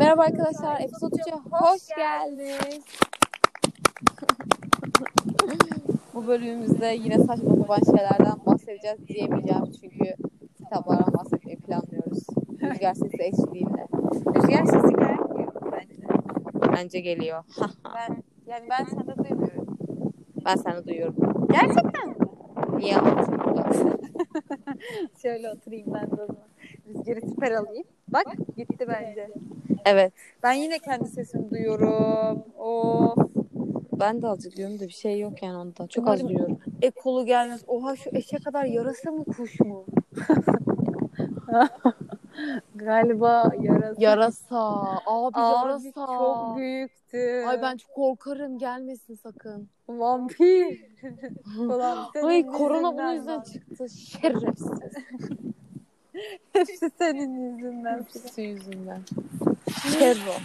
Merhaba arkadaşlar, Episode 3'e hoş geldiniz. Bu bölümümüzde yine saçma sapan şeylerden bahsedeceğiz diyemeyeceğim çünkü kitaplardan bahsetmeyi planlıyoruz. Rüzgar sesi eşliğinde. Rüzgar sesi gelmiyor bence. Bence geliyor. Ben sende duymuyorum. Ben seni duyuyorum. Gerçekten mi? Niye anlatayım? Şöyle oturayım ben de o zaman. Rüzgarı süper alayım. Bak gitti bence. Evet. Ben yine kendi sesimi duyuyorum. Of. Ben de azıcık duyuyorum da bir şey yok yani onda. Çok Umarım az duyuyorum. ekolu gelmez. Oha şu eşe kadar yarasa mı kuş mu? Galiba yarasa. Yarasa. Abi yarasa. Çok büyüktü. Ay ben çok korkarım, gelmesin sakın. Vampir. Ulan Ay korona bunun yüzünden çıktı. Şerefsiz. Hepsi senin yüzünden. Hepsi yüzünden. Terro.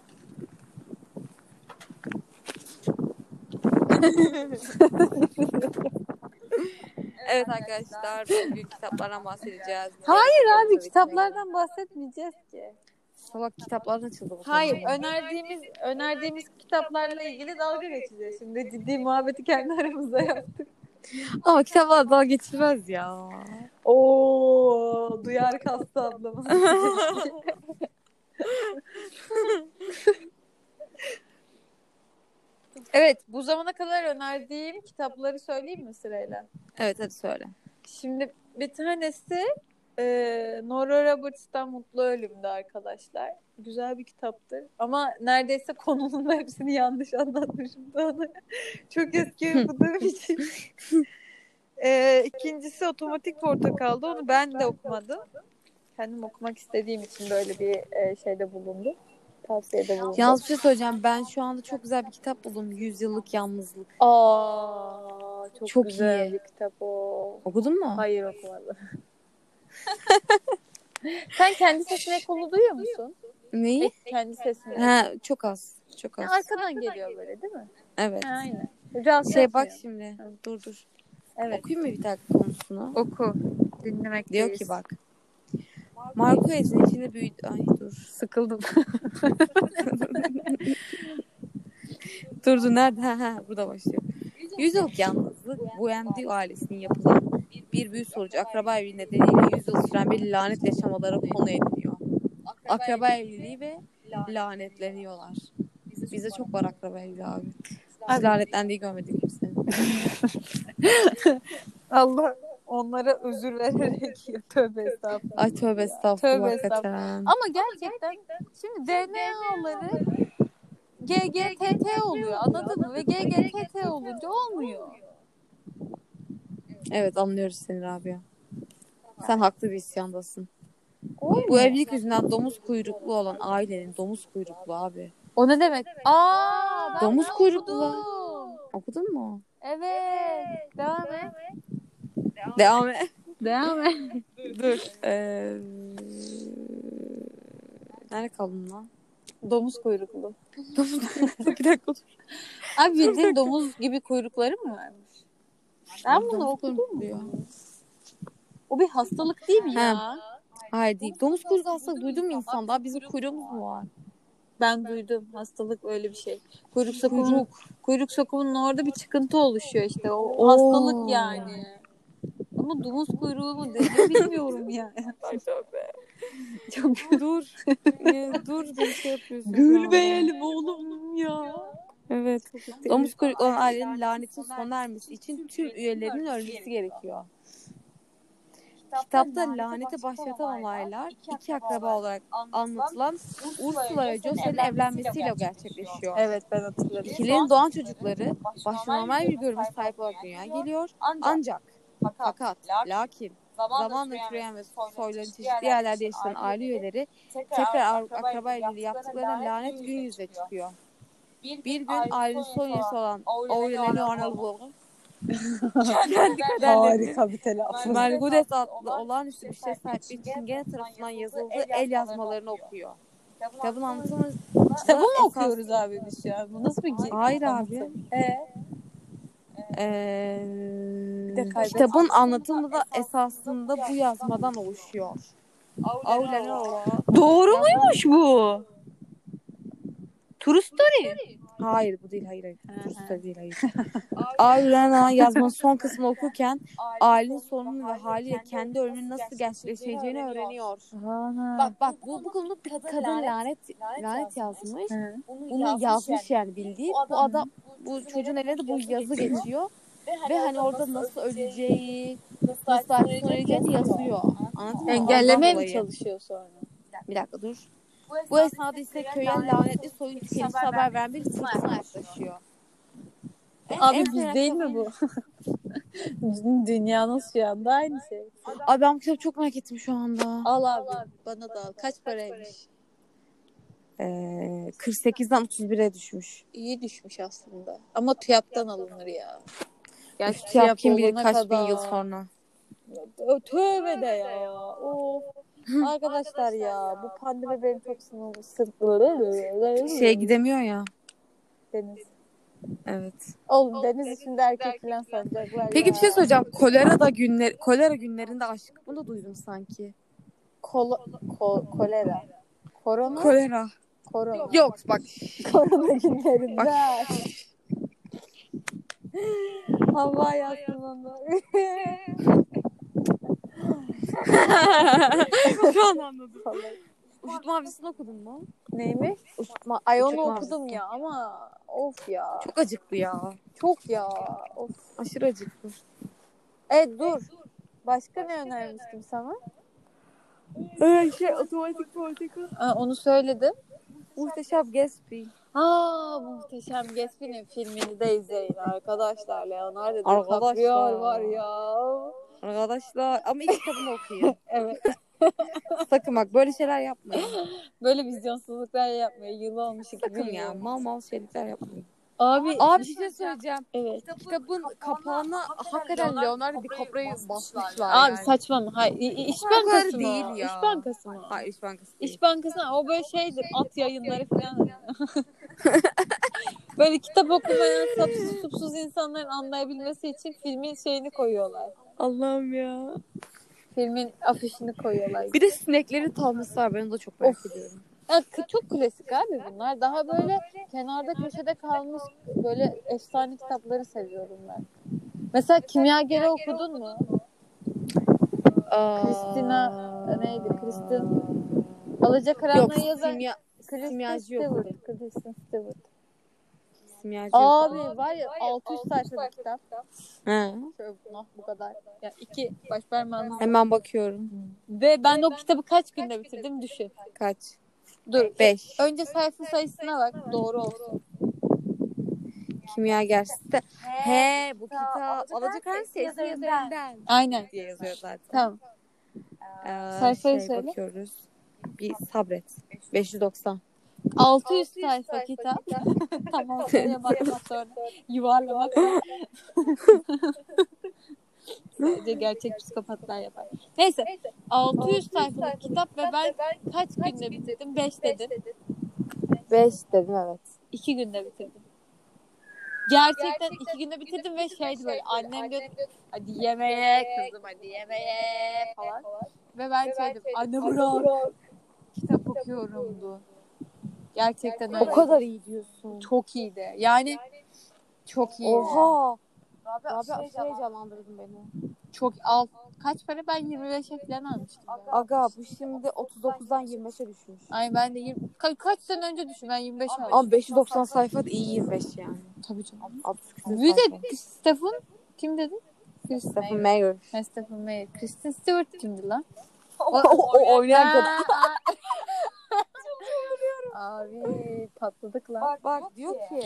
Evet arkadaşlar, bugün kitaplardan bahsedeceğiz. Hayır abi, kitaplardan bahsetmeyeceğiz ki. Salak, kitaplar açıldı bu Hayır, konuda. önerdiğimiz kitaplarla ilgili dalga geçeceğiz. Şimdi ciddi muhabbeti kendi aramızda yaptık. Ama kitaplar daha geçilmez ya. Oo, duyar kastı ablamız. Evet, bu zamana kadar önerdiğim kitapları söyleyeyim mi sırayla? Evet, hadi söyle. Şimdi bir tanesi Nora Roberts'tan Mutlu Ölüm'dü arkadaşlar. Güzel bir kitaptır. Ama neredeyse konunun hepsini yanlış anlatmışım da onu. Çok eski okuduğum için. İkincisi Otomatik Portakal'dı. Onu ben de okumadım. Kendim okumak istediğim için böyle bir şeyde bulundum. Tavsiyede bulundum. Yalnız bir şey söyleyeceğim. Ben şu anda çok güzel bir kitap buldum. 100 Yıllık Yalnızlık. Çok güzel iyi bir kitap o. Okudun mu? Hayır, okumadım. Sen kendi sesine kolu duyuyor musun? Neyi? Kendi sesine. Ha, çok az. Çok az. Arkadan geliyor böyle değil mi? Evet. Ha, aynen. Rahatsız Bak etmiyor. şimdi. Dur. Evet. Okuyayım mı bir dakika konusunu? Oku. Dinlemekteyiz. Diyor ki bak. Marquez'in içinde büyüdü. Ay dur. Sıkıldım. Dur nerede? Ha burada başlıyor. 100 yıllık yalnızlık Buendil ailesinin yapılan bir büyü sonucu akraba evliliği nedeniyle 100 yıl süren bir lanet yaşamaları konu ediniyor. Akraba evliliği ve lanetleniyorlar. Bizde çok var akraba evliliği abi. Biz lanetlendiği görmedik kimsenin. Allah onlara özür vererek tövbe estağfurullah. Ay tövbe estağfurullah Tövbe hakikaten. Ama gerçekten şimdi DNA'ları GGTT oluyor, anladın mı? Ve GGTT olunca olmuyor. Evet, anlıyoruz seni Rabia. Sen haklı bir isyandasın. Olmuyor. Bu evlilik yüzünden domuz kuyruklu olan ailenin domuz kuyruklu abi. O ne demek? Ben Domuz de kuyruklu. okudum. Okudun mu? Evet. Devam et. Devam et. Dur. Nerede kaldın lan? Domuz kuyruklu. Bir dakika dur. Abi bildiğin domuz gibi kuyrukları mı varmış? Ben bunu okudum diyor. O bir hastalık değil mi ya? Hayır değil. Domuz kuyruğu hastalığı duydun mu insan? Daha bizim kuyruğumuz mu var? Ben duydum. Hastalık öyle bir şey. Kuyruk sokumunun orada bir çıkıntı oluşuyor işte. O hastalık yani. Ama domuz kuyruğu mu deniyor bilmiyorum yani. Çok dur. Dur bir şey yapıyorsun. Gülmeyelim oğlum ya. Evet. Domuz kuyruklu olan ailenin lanetin sona ermesi için tüm üyelerinin ölmesi gerekiyor. Kitapta laneti başlatan olaylar iki akraba olarak anlatılan Ursula ve Jocelyn evlenmesiyle gerçekleşiyor. Evet, ben hatırladım. İkilinin doğan çocukları başta normal bir görünüme sahip olarak dünyaya geliyor. Fakat lakin zamanla türeyen ve soyların çeşitli yerlerde yaşayan aile üyeleri tekrar akraba evliliği yaptıklarında lanet gün yüzüne çıkıyor. Bir gün ailenin son üyesi olan Aurelian Arnold'un Harika bir telaffuz. Margudes adlı olağanüstü bir şey sahip bir çingene tarafından yazıldığı el yazmalarını okuyor. Kitabın anlatımı... Kitabı mı okuyoruz abi biz ya? Bu nasıl bir Hayır abi. Kitabın anlatımı da esasında bu yazmadan oluşuyor. Doğru muymuş bu? True Story. Hayır bu değil, hayır. True Story değil, hayır. Aurena yazmanın son kısmını okurken ailenin sorununu ve haliyle kendi ölümünün nasıl gerçekleşeceğini öğreniyor. Bak bu konuda bir kadın lanet yazmış. Bunu yazmış yani bildiğin. Bu adam, bu çocuğun elinde bu yazı geçiyor. Ve hani orada nasıl öleceği, nasıl hayatını öleceğini yazıyor. Anladın mı? Engellemeye mi çalışıyor sonra? Bir dakika dur. Bu esnada ise köye lanetli soyun tükenişi haber veren bir fırtına yaklaşıyor. Abi biz değil mi bu? Dünyanın şu anda aynı şey. Abi ben bu kitabı çok merak ettim şu anda. Al abi. Bana da al. Kaç paraymış? 48'den 31'e düşmüş. İyi düşmüş aslında. Ama TÜYAP'tan alınır ya. Gerçi TÜYAP kim bilir kaç bin yıl sonra. Tövbe de ya. Of. Arkadaşlar ya bu pandemi benim çok sırtları. Gidemiyor ya. Deniz. Evet. Oğlum deniz içinde erkek falan sanacaklar. Peki ya. bir şey soracağım. Kolera günlerinde aşk. Bunu da duydum sanki. Kolera. Korona. Kolera. Korona. Yok bak. Korona günlerinde. Bak. Hava yaslananlar. Şu an anladım. Uçut Mavisi'ni okudun mu? Neymiş? Ay onu okudum ya ama of ya. Çok acıklı ya. Çok ya. Of. Aşırı acıklı. Dur. Başka ne önermiştim sana? Otomatik politika. Onu söyledim. Muhteşem Gatsby. Muhteşem Gatsby'nin filmini de izleyin arkadaşlar. Leonardo DiCaprio var ya. Arkadaşlar ama ilk kitabını okuyun. Evet. Sakın bak böyle şeyler yapmayın. Böyle vizyonsuzluklar yapmıyor. Yılı olmuş. Sakın ya. Mal şeyler yapmayın. Abi bir şey söyleyeceğim. Evet. Kitabın kapağına hakikaten Leonardo DiCaprio'yu basmışlar. Abi yani. saçma. Hayır. İş Bankası mı? Değil ya. İş Bankası mı? Hayır İş Bankası değil. İş Bankası o böyle şeydir. At yayınları falan. Böyle kitap okumayan sapsız supsuz insanların anlayabilmesi için filmin şeyini koyuyorlar. Allah'ım ya. Filmin afişini koyuyorlar. Bir de sinekleri tavması ben onu da çok merak ediyorum. Ya, çok klasik abi bunlar. Daha böyle kenarda köşede kalmış böyle efsane kitapları seviyorum ben. Mesela Kimyageri okudun mu? Christina neydi? Kristen Alacakaranlığı yazan Simyacı yok. Kristen Stewart. Simyacı Abi var ya 600 sayfa bir kitap. He. Şöyle bu kadar. Ya 2 baş parmağını. Hemen bakıyorum. Ve ben o kitabı kaç günde bitirdim düşün. Kaç? Dur 5. Önce sayfa sayısına bak. Doğru olsun. Kimyager. Bu kitap Alacakaranlığı sesli yazarından. Aynen. Diye yazıyor zaten. Tamam. Sayfayı söyle. Bakıyoruz. Bir sabret. 590. 600 sayfa kitap. Tamam. Oraya bakmak sonra. Yuvarlamak. Sadece gerçek psikopatlar yapar. Neyse. 600 sayfalık kitap ve ben kaç günde bitirdim? 5 dedin. 5 dedim evet. 2 günde bitirdim. Gerçekten 2 günde bitirdim ve şeydi böyle annem diyordu hadi yemeğe kızım hadi yemeğe falan. Ve ben şeydim anne bırak. Kitap okuyorumdu. Gerçekten öyle. O kadar iyi diyorsun. Çok iyiydi. Yani çok iyi. Oha. Abi aşırı heyecanlandırdın beni. Çok kaç para ben 25'e falan almıştım. Aga bu şimdi 39'dan 25'e düşmüş. Ay ben de kaç sene önce düşün ben 25 aldım. Ama 590 sayfa da iyi 25 yani. Tabii canım. 68 Bir sayfa. de Stephen kim dedi? Stephen Meyer. Stephen Meyer. Kristen Stewart kimdi lan? O oynayan kadın. Abi patladık lan. Bak diyor ki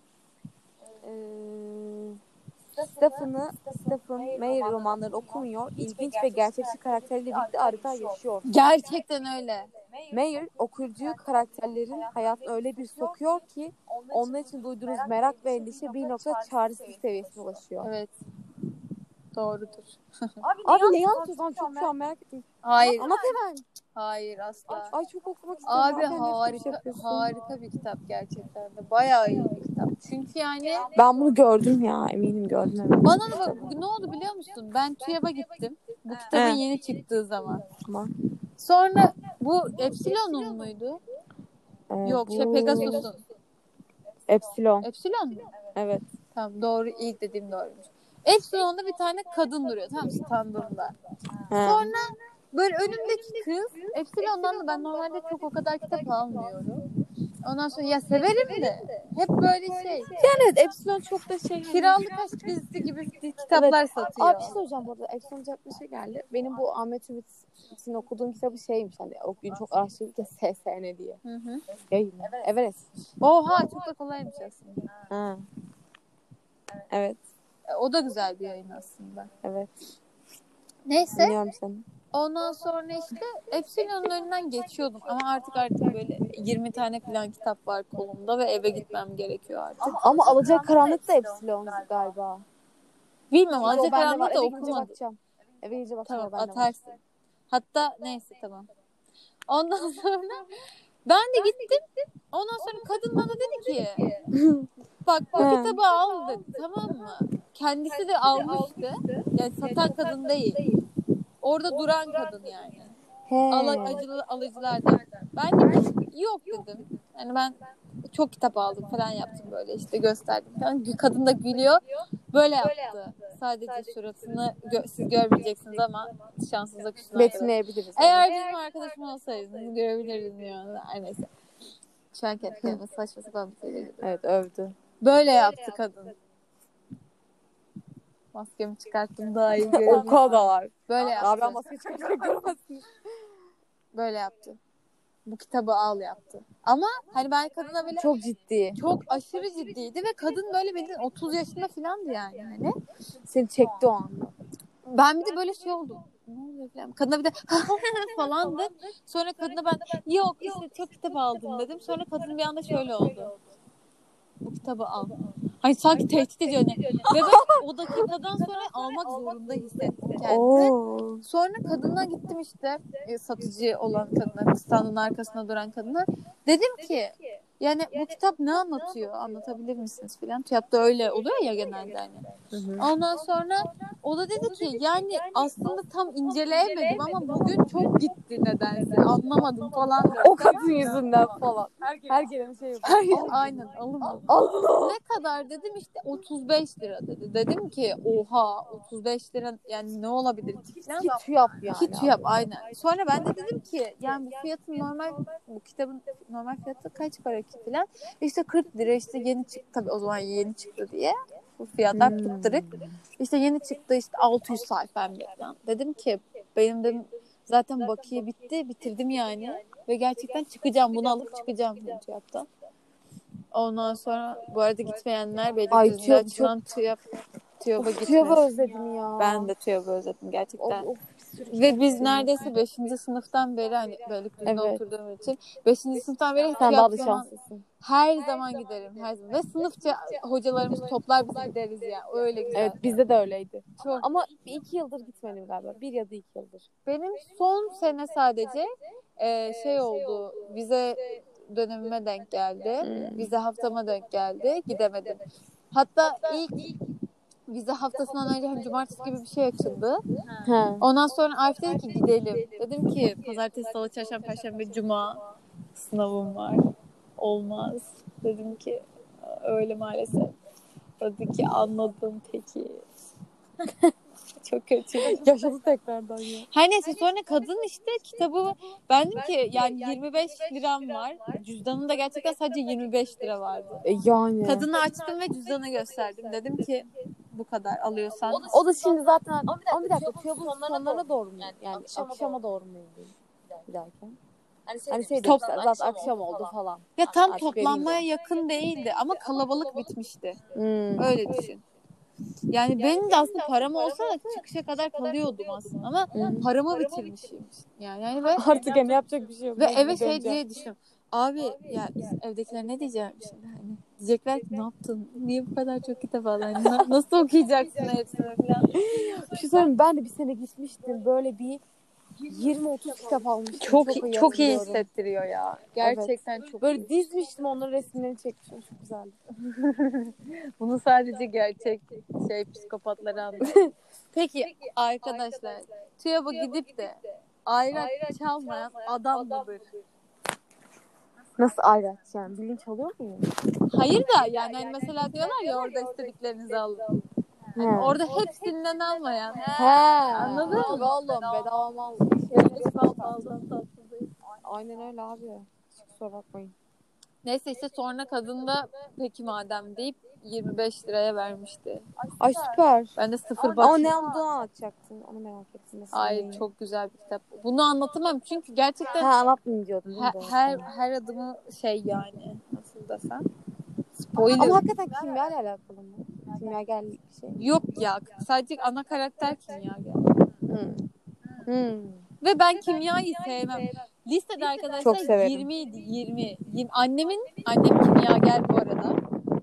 Stephen Meyer romanlarını okumuyor. İlginç ve gerçekçi karakterleriyle birlikte adeta yaşıyor. Gerçekten öyle. Meyer okuyucuyu karakterlerin hayatına öyle bir sokuyor ki onlar için duyduğunuz merak ve endişe bir noktada çaresizlik seviyesine ulaşıyor. Evet. Doğrudur. Abi ne anlatıyorsun? Çok şu an merak ettim. Hayır. Anlat hemen. Hayır asla. Ay çok okumak istiyorum. Abi harika bir kitap gerçekten de. Bayağı iyi bir kitap. Çünkü yani Ben bunu gördüm ya. Eminim gördüm. Evet. bana da bak ne oldu biliyor musun? Ben TÜYAP'a gittim. Bu kitabın yeni çıktığı zaman. Tamam. Sonra bu Epsilon'un muydu? Yok Pegasus'un. Epsilon. Epsilon mu? Evet. Tamam doğru, ilk dediğim doğruymuş. Epsilon'da bir tane kadın duruyor tamam standında. Sonra böyle önümdeki kız Epsilon'dan da ben normalde çok o kadar kitap almıyorum. Ondan sonra ya severim de hep böyle şey. Yani evet Epsilon çok da şey. Kiralık aşk dizisi gibi kitaplar satıyor. Abi bir şey söyleyeceğim bu arada. Epsilon bir şey geldi. Benim bu Ahmet Ümit'in okuduğum kitabı şeymiş. Hani o gün çok araştırdık ya SSN diye. Hı. Yayın. Everest. Oha çok da kolaymış aslında. Ha. Evet. O da güzel bir yayın aslında. Evet. Neyse. Dinliyorum seni. Ondan sonra işte Epsilon'un önünden geçiyordum ama artık böyle 20 tane falan kitap var kolumda ve eve gitmem gerekiyor artık. Ama Alacakaranlık da Epsilon galiba. Bilmiyorum O bende var. Alacakaranlığı da Eve gidince okumadım. bakacağım. Eve gidince bakacağım. Tamam Bende var. atarsın. Hatta neyse tamam. Ondan sonra ben de gittim. Ondan sonra kadın bana dedi ki bak bu kitabı al dedi, tamam mı? Kendisi de almıştı. Yani satan kadın değil. Orada duran kadın yani. Alıcılardan. Ben de yok dedim. Yani ben çok kitap aldım falan yaptım böyle işte gösterdim falan. Kadın da gülüyor. Böyle yaptı. Sadece suratını siz görmeyeceksiniz ama şansınıza küsün. Betimleyebiliriz. Eğer benim arkadaşım olsaydınız görebilirdin yani. Ay neyse. Şu an kendi kendime saçma sapan bir şeyle gidiyorum. Evet övdü. Böyle yaptı kadın. Maskemi çıkarttım daha iyi görebilirim. O kadar. Böyle yaptı. Abi ben maskeyi çıkartacak görmezsin. Böyle yaptı. Bu kitabı al yaptı. Ama hani ben kadına böyle çok ciddi. Çok aşırı ciddiydi ve kadın böyle bildiğin 30 yaşında falandı yani hani. Seni çekti o anda. Ben bir de böyle şey oldum. Ne oluyor falan. Kadına bir de falandı. Sonra kadına ben yok işte çok kitap aldım dedim. Sonra kadın bir anda şöyle oldu. Bu kitabı al. Hani sanki tehdit ediyor hani. Ve ben o dakikadan sonra almak zorunda hissettim kendimi. Sonra kadına gittim işte satıcı olan kadına, standın arkasına duran kadına. Dedim ki yani bu kitap ne anlatıyor? Anlatabilir misiniz filan? TÜYAP'ta öyle oluyor ya genelde hani. Ondan sonra o da dedi ki yani aslında tam inceleyemedim ama bugün çok gitti nedense. Anlamadım falan dedi. O kadın yüzünden falan. Her gelen şey yapıyor. Aynen alınmadı. Ne kadar dedim işte 35 lira dedi. Dedim ki oha 35 lira yani ne olabilir ki falan. Ki TÜYAP yani. Ki TÜYAP aynen. Sonra ben de dedim ki yani bu fiyatın bu kitabın normal fiyatı kaç para ki falan. İşte 40 lira işte yeni çıktı tabii o zaman yeni çıktı diye. Bu fiyatlar pıttırık. İşte yeni çıktı işte 600 sayfa falan. Dedim ki benim dedim zaten bakiye bitti bitirdim yani. Ve gerçekten çıkacağım bunu alıp çıkacağım TÜYAP'tan. Ondan sonra bu arada gitmeyenler Beylikdüzü'nde açılan TÜYAP'a gitmeyin. TÜYAP'ı özledim ya. Ben de TÜYAP'ı özledim gerçekten. Ve biz neredeyse 5. sınıftan beri hani Beylikdüzü'nde oturduğum için 5. sınıftan beri sen daha da zaman şanslısın. her zaman giderim her zaman. Ve sınıfça hocalarımız toplar bizi gideriz ya. Öyle güzel. Evet bizde de öyleydi. Çok. Ama 2 yıldır gitmedim galiba. 1 ya da 2 yıldır. Benim son sene sadece şey oldu. Vize dönemime denk geldi. Vize haftama denk geldi. Gidemedim. Hatta ilk vize haftasından önce cumartesi gibi bir şey açıldı. Ondan sonra Arif dedi ki gidelim. Dedim ki pazartesi, salı, çarşamba, perşembe, cuma sınavım var. Olmaz. Dedim ki öyle maalesef. Dedi ki anladım peki. Çok kötü. Yaşadı tekrardan ya. Her neyse sonra kadın işte kitabı ben dedim ki yani 25 liram var. Cüzdanında gerçekten sadece 25 lira vardı. Yani. Kadını açtım ve cüzdanı gösterdim. Dedim ki bu kadar alıyorsan. O da şimdi zaten ama bir dakika TÜYAP'ın sonlarına doğru mu? Yani akşama doğru mu giderken? Hani şey zaten akşam oldu falan. Ya tam toplanmaya yakın değildi ama kalabalık bitmişti. Öyle düşün. Yani benim de aslında param olsa da çıkışa kadar kalıyordum aslında ama paramı bitirmişim. Yani ve artık ne yapacak bir şey yok. Ve eve şey diye düşünüyorum. Abi ya evdekiler ne diyeceğim şimdi hani diyecekler ki ne yaptın? Niye bu kadar çok kitap aldın? Yani nasıl okuyacaksın hepsini falan. Bir şey söyleyeyim ben de bir sene gitmiştim. Böyle bir 20-30 kitap almıştım. Çok iyi hissettiriyor ya. Gerçekten çok böyle iyi. dizmiştim onların resimlerini çekmiştim. Çok güzeldi. Bunu sadece gerçek psikopatları anlıyor. Peki arkadaşlar TÜYAP'a gidip de ayrak çalmayan adam mıdır? Nasıl ayraç yani? Bilinç alıyor muyum? Hayır da yani hani mesela diyorlar ya orada istediklerinizi alın. Hani orada hepsinden almayan. He. Anladın Tabii mı? oğlum bedava mal. Baldan tatsızıyız. Aynen öyle abi. Hiç kusura bakmayın. Neyse işte sonra kadın da peki madem deyip 25 liraya vermişti. Ay süper. Ben de sıfır Ama bakım. ne olduğunu anlatacaktın. Onu merak ettim. Nasıl Ay neyi? çok güzel bir kitap. Bunu anlatamam çünkü gerçekten Ha anlatmayayım diyordun değil mi? Doğru, her tamam. her adımı şey yani nasıl desem spoiler. Ama hakikaten kimya ile alakalı mı? Kimyager bir şey. Yok ya sadece ana karakter kimyager. Ve ben kimyayı sevmem. Listede arkadaşlar Çok severim. 20 idi 20. Annem kimyager bu arada.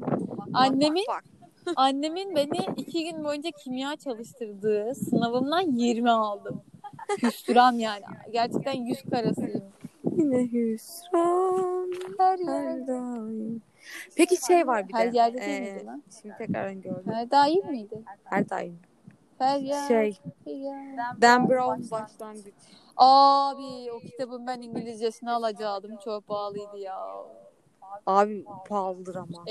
Annemin beni 2 gün boyunca kimya çalıştırdığı sınavımdan 20 aldım. Hüsran yani. Gerçekten 100 karasıyım. Yine hüsran her daim. Peki şey var bir de. Her yerde değil miydi lan? Şimdi tekrardan gördüm. Her daim miydi? Her daim. Feryat. Şey. Dan Brown başlangıç. Abi o kitabın ben İngilizcesini alacaktım. Çok pahalıydı ya. Abi pahalıdır ama.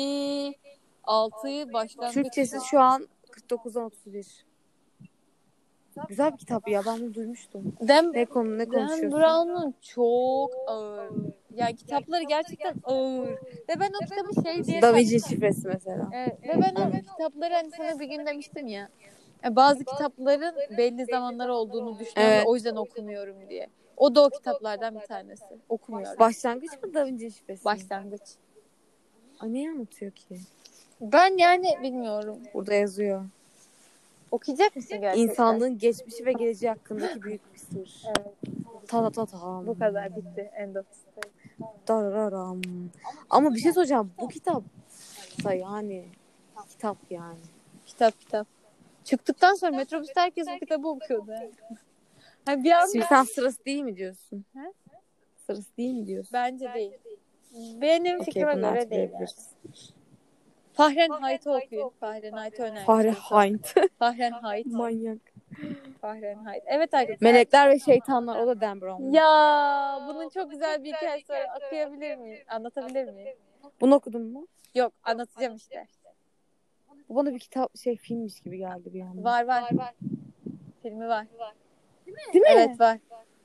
56 başlangıç. Türkçesi şu an 49'dan 31. Güzel bir kitap ya. Ben bunu duymuştum. Ne konuşuyorsun? Dan Brown'un çok ağır. Yani kitapları gerçekten ağır. Ve ben o kitabı şey diye... Da Vinci şifresi mesela. Evet, ve ben o kitapları hani sana bir gün demiştim ya. Bazı kitapların belli zamanları olduğunu düşünüyorum ve o yüzden okumuyorum diye. O da o kitaplardan bir tanesi. Okumuyorum. Başlangıç mı Da Vinci şifresi? Başlangıç. Ne anlatıyor ki? Ben yani bilmiyorum. Burada yazıyor. Okuyacak mısın gerçekten? İnsanlığın geçmişi ve geleceği hakkındaki büyük bir sır. Evet. Tam. Bu kadar bitti. End of story. Dararam. Ama bir şey soracağım. Bu kitap yani kitap yani. Kitap. Çıktıktan sonra metrobüste herkes bu kitabı okuyordu. Yani bir anda... Şimdi sen sırası değil mi diyorsun? He? Sırası değil mi diyorsun? Bence değil. Benim fikrime bunu göre değil. Yani. artırabiliriz. Fahrenheit'i okuyun. Fahrenheit'i önerdim. Fahrenheit. Manyak. Fahrenheit. Evet arkadaşlar. Melekler ve Şeytanlar, o da Dan Brown. Ya bunun çok güzel bir hikayesi var. Okuyabilir miyim? Anlatabilir miyim? Bunu okudun mu? Yok, anlatacağım işte. Bu bana bir kitap filmmiş gibi geldi bir anda. Var. Filmi var. Değil mi? Evet var.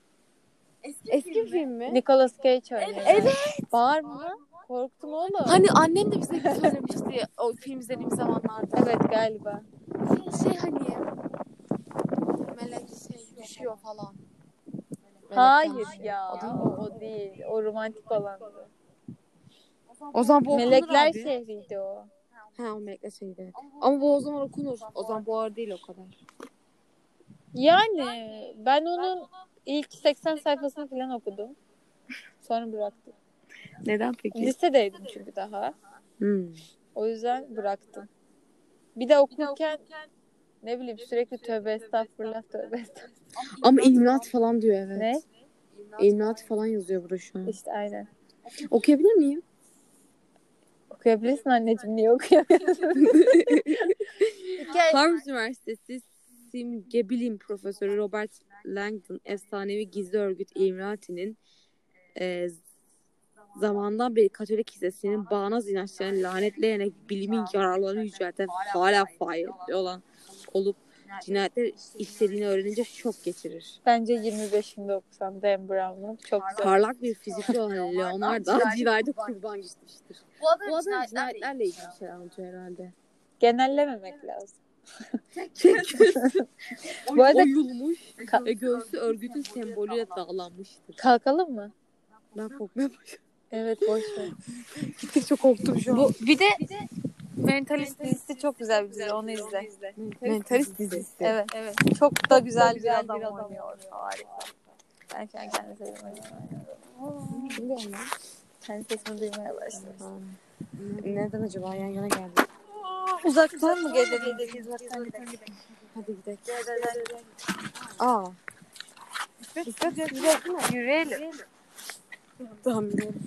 Eski film mi? Nicolas Cage oynuyor. Evet. Var mı? Korktum oğlum. Hani annem de bize söylemişti o film izlediğim zamanlarda. Evet galiba. Hani melek düşüyor falan. Hayır ya. O değil. O romantik olandı. O zaman bu okunur Melekler abi. şehriydi o. O Melekler şehriydi. Ama bu o zaman okunur. O zaman bu ağır değil o kadar. Yani ben onun ilk 80 sayfasını falan okudum. Sonra bıraktım. Neden peki? Lisedeydim çünkü daha. O yüzden bıraktım. Bir de okurken ne bileyim sürekli tövbe estağfurullah. Ama İlluminati falan diyor evet. Ne? İlluminati falan yazıyor burada şu an. İşte aynen. Okuyabilir miyim? Okuyabilirsin anneciğim. Niye okuyamıyorsun? Harvard Üniversitesi simge bilim profesörü Robert Langdon efsanevi gizli örgüt Illuminati'nin zamandan beri Katolik kilisesinin bağnaz inançlarını lanetleyerek bilimin yararlarını yücelten hala fail olup cinayetler işlediğini öğrenince şok geçirir. Bence 25'inde okusam Dan Brown'u çok güzel. Parlak bir fizikçi olan Leonardo cinayete kurban gitmiştir. Bu adam cinayetlerle ilgili bir şey anlatıyor herhalde. Genellememek lazım. Bu arada oyulmuş ve göğsü örgütün sembolüyle dağlanmıştır. Kalkalım mı? Ben korkmaya başladım. Evet boş ver. Gittik çok korktum şu an. Bir de Mentalist dizisi çok güzel bir dizi. Onu izle. Mentalist dizisi. Evet. Çok da güzel bir adam oynuyor. Harika. Ben şu an kendi sesimi duyuyorum. Kendi sesimi duymaya başladım. Neden acaba yan yana geldik? Uzaktan mı gelelim? Uzaktan gidelim. Hadi gidelim. Yürüyelim. Tamam gidelim.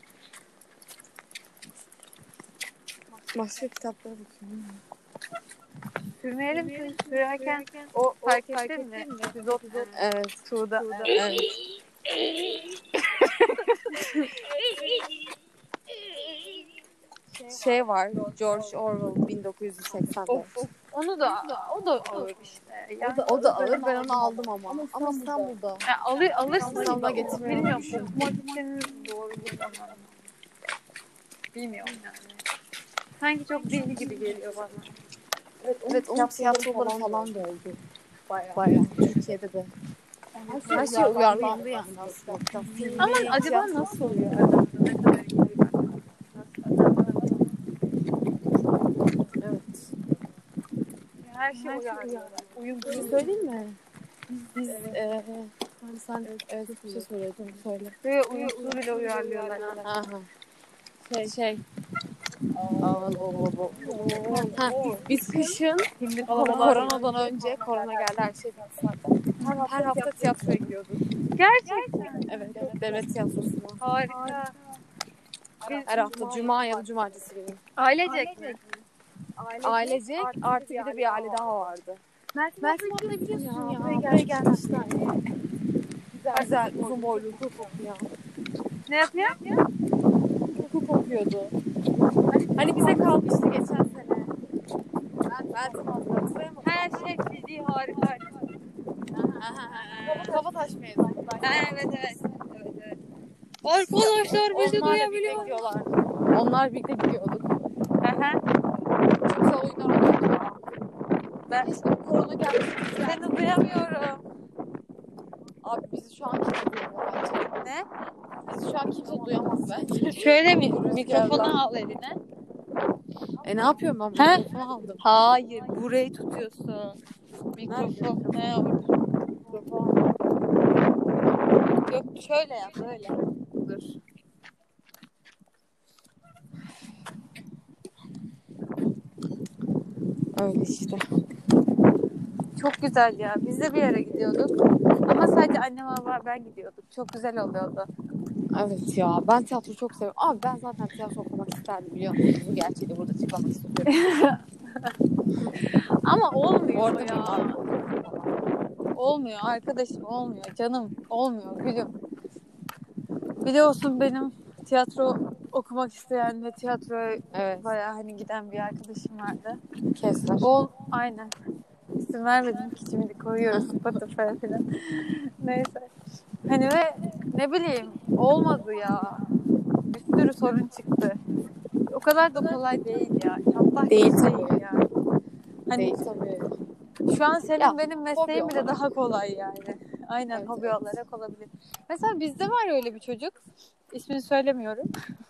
Başka kitaplara bakıyorum. Sürmeyelim. Sürerken o fark ettin mi? Evet. Tuğda. Evet. Şey var. George Orwell 1984. Of. O da alır işte. Yani, O da alır. Ben onu aldım ama. Ama İstanbul'da. Alırsın. İstanbul'a getirmiyorum. Bilmiyorum. Okumak için doğru bir zaman. Bilmiyorum yani. Sanki çok değil gibi geliyor bana. Evet, onun tiyatroları falan da oldu. Bayağı. Türkiye'de de. Her şey uyarlandı yani aslında. Filmi, Ama acaba tiyatro. nasıl oluyor adamda? Ne kadar ilgili bak. Evet. Her şey uyarlıyorlar. Uyum Bir şey söyleyeyim mi? Biz sen evet bir şey söylüyordun. Söyle. Ve uyumsuz bile uyarlıyorlar. Aha. Şey. Ha, biz kışın koronadan önce korona geldi her şey bitti zaten. Her hafta tiyatroya gidiyorduk. Gerçekten. Evet, devlet tiyatrosuna. Harika. Her hafta cuma ya da cumartesi günü. Ailecek mi? Ailecek artı bir de bir aile daha vardı. Mersin orada biliyorsun ya. Buraya gelmişler. Güzel, uzun boylu hukuk okuyor. Ne yapıyor? Hukuk okuyordu. Hani bize kalmıştı geçen sene. Ben hatırlayamadım. Her şey fiziği harika. Kabataş mezunu. Evet. Arkadaşlar bizi duyabiliyor. Onlar birlikte gidiyorduk. Çok güzel oyunlar oluyordu. Ben korona gelmişti. Seni duyamıyorum. Abi bizi şu an kimse duyamıyor bence. Ne? Bizi şu an kimse duyamaz bence. Şöyle mi? Mikrofonu al eline. Ne yapıyorum ben? He? Mikrofonu aldım. Hayır. Burayı tutuyorsun. Mikrofon. Ne orada? Mikrofon. Yok şöyle yap. Böyle. Dur. Öyle işte. Çok güzel ya. Biz de bir yere gidiyorduk. Ama sadece annem var ben gidiyorduk. Çok güzel oluyordu. Evet ya. Ben tiyatro çok seviyorum. Abi ben zaten tiyatro okumak isterdim biliyor musunuz? Bu gerçeği burada çıkmamak istiyorum. Ama olmuyor Orada ya. Olmuyor arkadaşım olmuyor. Canım olmuyor gülüm. Biliyorsun benim tiyatro okumak isteyen ve tiyatroya bayağı hani giden bir arkadaşım vardı. Kesler. Aynen. İsim vermedim ki şimdi koyuyoruz Spotify'a falan. Neyse. Hani ve ne bileyim olmadı ya. Bir sürü sorun çıktı. O kadar da kolay değil ya. Çatlak Değil değil ya. Hani Değil tabii. şu an senin Ya, benim mesleğim bile olarak. daha kolay yani. Aynen Evet, hobi evet. olarak olabilir. Mesela bizde var öyle bir çocuk. İsmini söylemiyorum.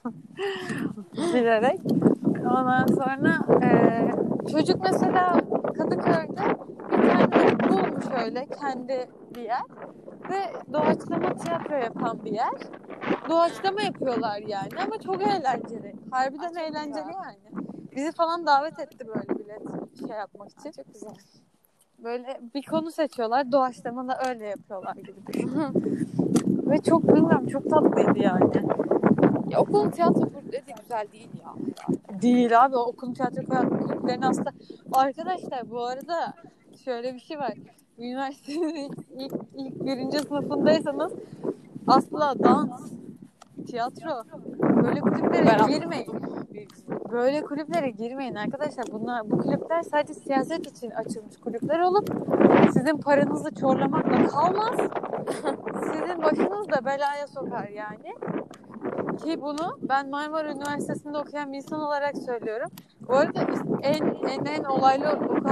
Bilerek. Ondan sonra çocuk mesela Kadıköy'de bir tane bulmuş öyle kendi bir yer. Ve doğaçlama tiyatro yapan bir yer. Doğaçlama yapıyorlar yani ama çok eğlenceli. Harbiden eğlenceli yani. Bizi falan davet etti böyle bilet şey yapmak için. Çok güzel. Böyle bir konu seçiyorlar. Doğaçlama da öyle yapıyorlar gibi düşün. Ve çok bilmiyorum çok tatlıydı yani. Ya, okulun tiyatro kulüpleri de güzel değil ya. Değil abi o okulun tiyatro kulüplerinin aslında. Arkadaşlar bu arada şöyle bir şey var. Üniversitenin ilk birinci sınıfındaysanız asla dans, tiyatro böyle kulüplere girmeyin. Böyle kulüplere girmeyin arkadaşlar. Bu kulüpler sadece siyaset için açılmış kulüpler olup sizin paranızı çorlamakla kalmaz. Sizin başınız da belaya sokar yani. Ki bunu ben Marmara Üniversitesi'nde okuyan bir insan olarak söylüyorum. Bu arada en olaylı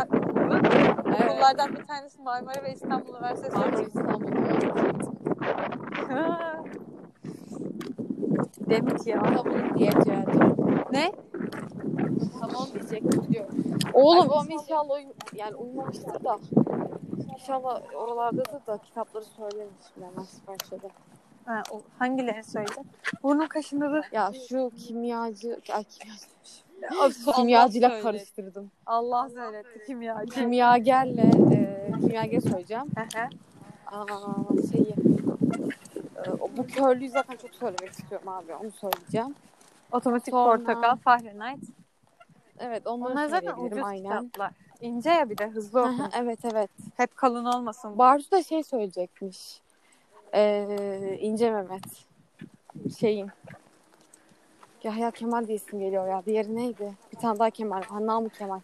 okullardan bir tanesi Marmara ve İstanbul Üniversitesi. Demit ya. Tamam diyeceğim. Ne? Tamam diyecektim diyorum. Oğlum. Babam inşallah uyumamıştır da. İnşallah oralardadır da kitapları söylemiş bilemez başladı. Hangilerini söyle? Burnum kaşındı. Ya şu kimyacı kimyacıyla karıştırdım. Allah söyletti kimyacı. Kimyagerle kimyager söyleyeceğim. Bu körlüğü zaten çok söylemek istiyorum abi. Onu söyleyeceğim. Otomatik Sonra... Portakal, Fahrenheit. Evet onlar zaten ucuz aynen. kitaplar. İnce ya bir de hızlı okun. Evet. Hep kalın olmasın. Bartu da söyleyecekmiş. İnce Mehmet. şeyin. Yahya Kemal diye isim geliyor ya. Diğeri neydi? Bir tane daha Kemal. Namık Kemal.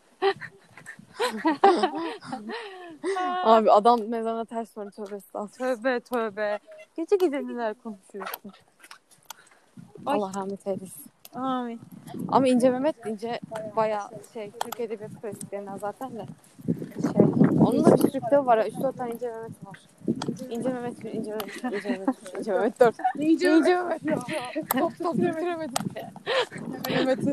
Abi adam mezarına ters sonra tövbe estağfurullah. Tövbe. Gece gece neler konuşuyorsun? Allah rahmet eylesin. Amin. Ama İnce Mehmet İnce bayağı Türk Edebiyatı klasiklerinden zaten de. Onun da bir sürü kitabı var. 3-4 tane İnce Mehmet var. İnce Mehmet 1, İnce Mehmet 2, İnce Mehmet 3, İnce Mehmet 4. İnce Mehmet ya. Top bitiremedim. Mehmet'i.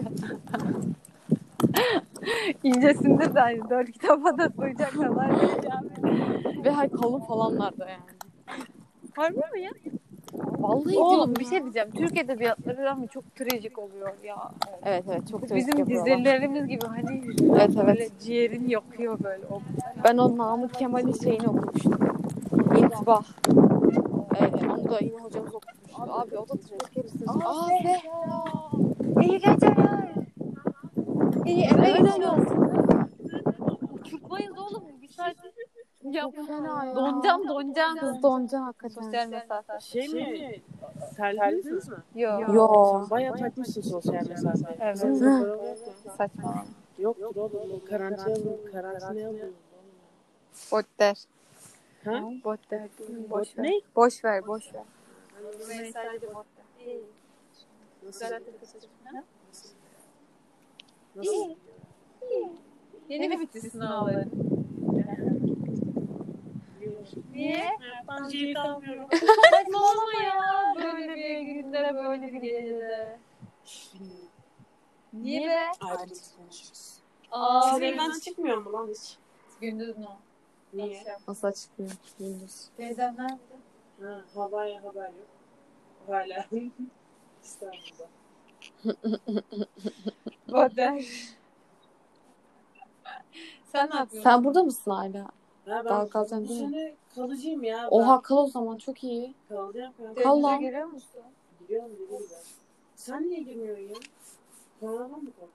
İncesinde de aynı. 4 kitaba da sığacak kadar vereceğim. Ve kalın falanlar da yani. Harbi mi ya? Vallahi Oğlum bir şey diyeceğim. Türk edebiyatları ama çok trajik oluyor ya. Evet çok trajik bizim yapıyorlar. dizilerimiz gibi hani evet. Böyle ciğerin yakıyor böyle. Ben o Namık Kemal'in şeyini okumuştum. İntibah. Onu da yine hocamız okumuştu. Abi o da trajik. Hepsi trajik. İyi geceler. İyi eve gidiyoruz. Uçurtmayız oğlum. Bir saat fena ya. Doncan. Kız doncan hakikaten. Sosyal mesafe. Şey mi? Terlediniz mi? Yo. Bayağı takmışsın sosyal mesafe. Evet. Saçma. Yoktur oğlum. Karantina yapın. Bot der. Ha? Bot der. Boş ver. Ne? Boş ver. Nasıl? Yeni bitti sınavları. Niye? Ben şey kalmıyorum. Saçmalama ya. Böyle bir günde böyle bir gecede. Niye be? Ayrıca konuşuruz. Aa, Evden çıkmıyor mu lan hiç? gündüz mü? Niye? Nasıl açıklıyor? Gündüz. Teyzem nerede? Ha, haber yok. Hala. İstanbul'da. Bot der. Sen ne yapıyorsun? Sen burada mısın hala? Ha, Daha ben kalacaksın bu değil mi? sene kalıcıyım ya. Oha kal o zaman çok iyi. Kalacağım. Kal lan. Giriyor musun? Gidiyorum dediğim gibi. Sen niye girmiyorsun ya? Koronadan mı korktun?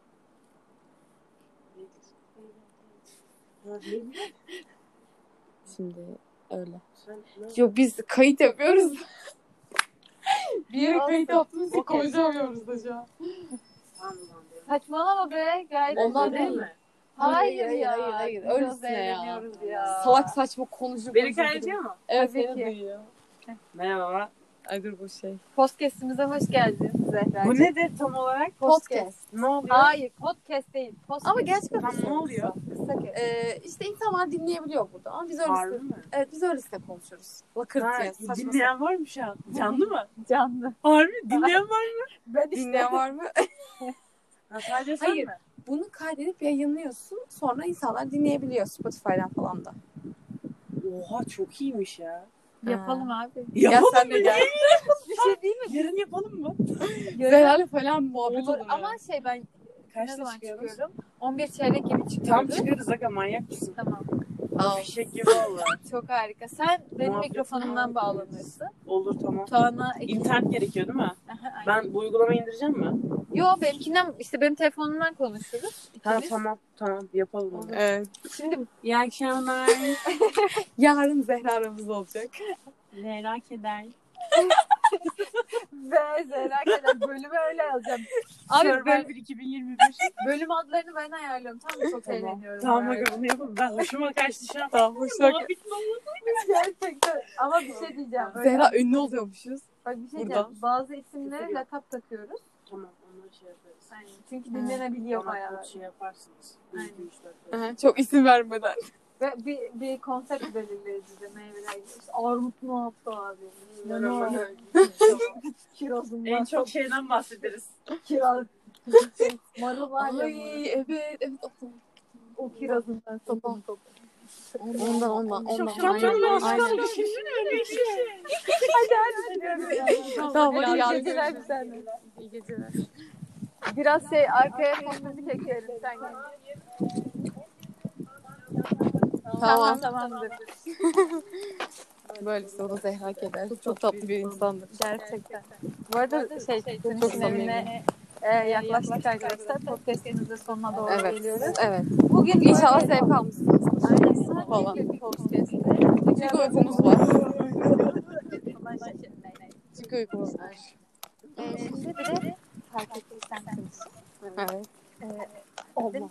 Ha, ne bileyim. Şimdi öyle. Sen ne? Yok biz kayıt yapıyoruz. Bir yere Olsun. kayıt yaptığımızda Okey. konuşamıyoruz da şu an. Tamam. Saçmalama be. Gayet Onlar güzel. değil mi? Hayır Hayır, ya. hayır. Biraz Öylesine ya. eğleniyoruz ya. Salak saçma konuşup Beni kaydediyor mu? Evet Tabii seni ki. duyuyor. Merhaba. Ay dur bu şey. Podcast'imize hoş geldin Zehra. Bu nedir tam olarak? Podcast. Ne oluyor? Hayır, podcast değil. Podcast. Ama gerçekten Tam ne oluyor? Kısa kes. işte insanlar dinleyebiliyor burada ama biz Harbi öylesine, mi? evet biz öylesine konuşuruz. Lakırt Ha, diye saçma dinleyen var mı şu an? Canlı mı? Canlı. Harbi dinleyen var mı? Ben dinleyen var mı? Ha, sadece sen Hayır. mi? Bunu kaydedip yayınlıyorsun. Sonra insanlar dinleyebiliyor Spotify'dan falan da. Oha çok iyiymiş ya. Yapalım abi. Gel sen de gel. Bir şey değil mi? Yarın yapalım mı? Zerale falan muhabbet Olur. olur. Ama şey ben ne Kaçta zaman çıkıyoruz? çıkıyorum? 11 çeyrek gibi çıkıyoruz. Tam çıkarız aga manyak mısın? Tamam. Fişek gibi valla. Çok harika. Sen benim Muhabbet mikrofonumdan bağlanırsın. Olur tamam. Tuana İnternet gerekiyor değil mi? Ben bu uygulamayı indireceğim mi? Yo benimkinden işte benim telefonumdan konuşuruz. Ha İkimiz. tamam yapalım onu. Evet. Şimdi İyi akşamlar. Yarın Zehra aramızda olacak. Merak eder. be Zehra kadar bölümü öyle alacağım. Abi Survivor 2021. bölüm adlarını ben ayarlıyorum. Tamam mı? Çok eğleniyorum. Tamam Yani. aga bunu yapalım. Ben hoşuma kaçtı şu an. Tamam hoşça Muhabbet Gerçekten. Ama bir şey diyeceğim. Öyle- Zehra ünlü oluyormuşuz. Bak bir şey Buradan. diyeceğim. Bazı isimlere lakap takıyoruz. Tamam onları şey yaparız. Aynen. Çünkü dinlenebiliyor Bana bayağı. kod şey yaparsınız. Aynen. 2, 3, 4, 5. Çok isim vermeden. Ve bir konsept belirleriz bize meyveler gibi. İşte armut mu yaptı abi? Kirazından. En çok şeyden bahsederiz. kiraz. Marul var ya. Ay evet. O kirazından Tamam. topun. Ondan. Aynen. Tamam hadi İyi yarın geceler görüşürüz. bir tane. İyi geceler. Biraz şey arkaya fon müzik ekleyelim sen gel. Tamam. Tamamdır. Böylesi o da Zehra Keder. Çok tatlı bir insandır. Gerçekten. Bu arada senin çok evine yaklaştık arkadaşlar. Podcast'imizin sonuna doğru Evet. geliyoruz. Evet. Bugün İnşallah böyle- zevk almışsınız. Aynen. Falan. Bir podcast'te. Çünkü uykumuz var. Çünkü uykum var. Şimdi bir de fark ettiysen konuşsun. Evet. Olmaz.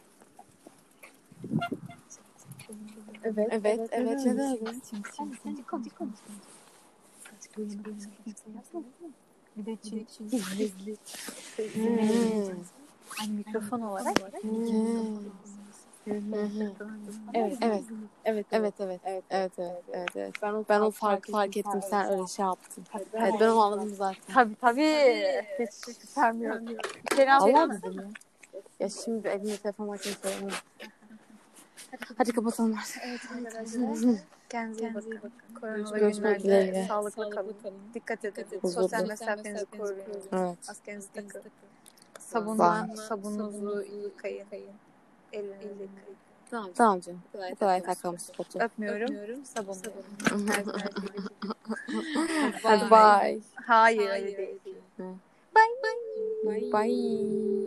Evet. Neden öyle? Sen konuş. Bir de çünkü gizli. Hani mikrofon olarak. Evet. Ben o fark ettim. Sen öyle şey yaptın. Evet, ben onu anladım zaten. Tabii. Hiç şüphem yok. Allah bizim ya. Ya şimdi elimde telefon makinesi var. Hadi kapatalım artık. Kendinize iyi bakın. Koronalı Görüşmek günlerde dileğiyle. sağlıklı kalın. Dikkat edin. Huzurlu. Sosyal mesafenizi koruyun. Evet. Maskenizi takın. Var. Sabununuzu yıkayın. Elinizi yıkayın. Tamam canım. Bu kadar takalım spotu. Öpmüyorum. Sabunluyorum. Her zaman gibi. Hadi bye. Hayır öyle değil. Bye.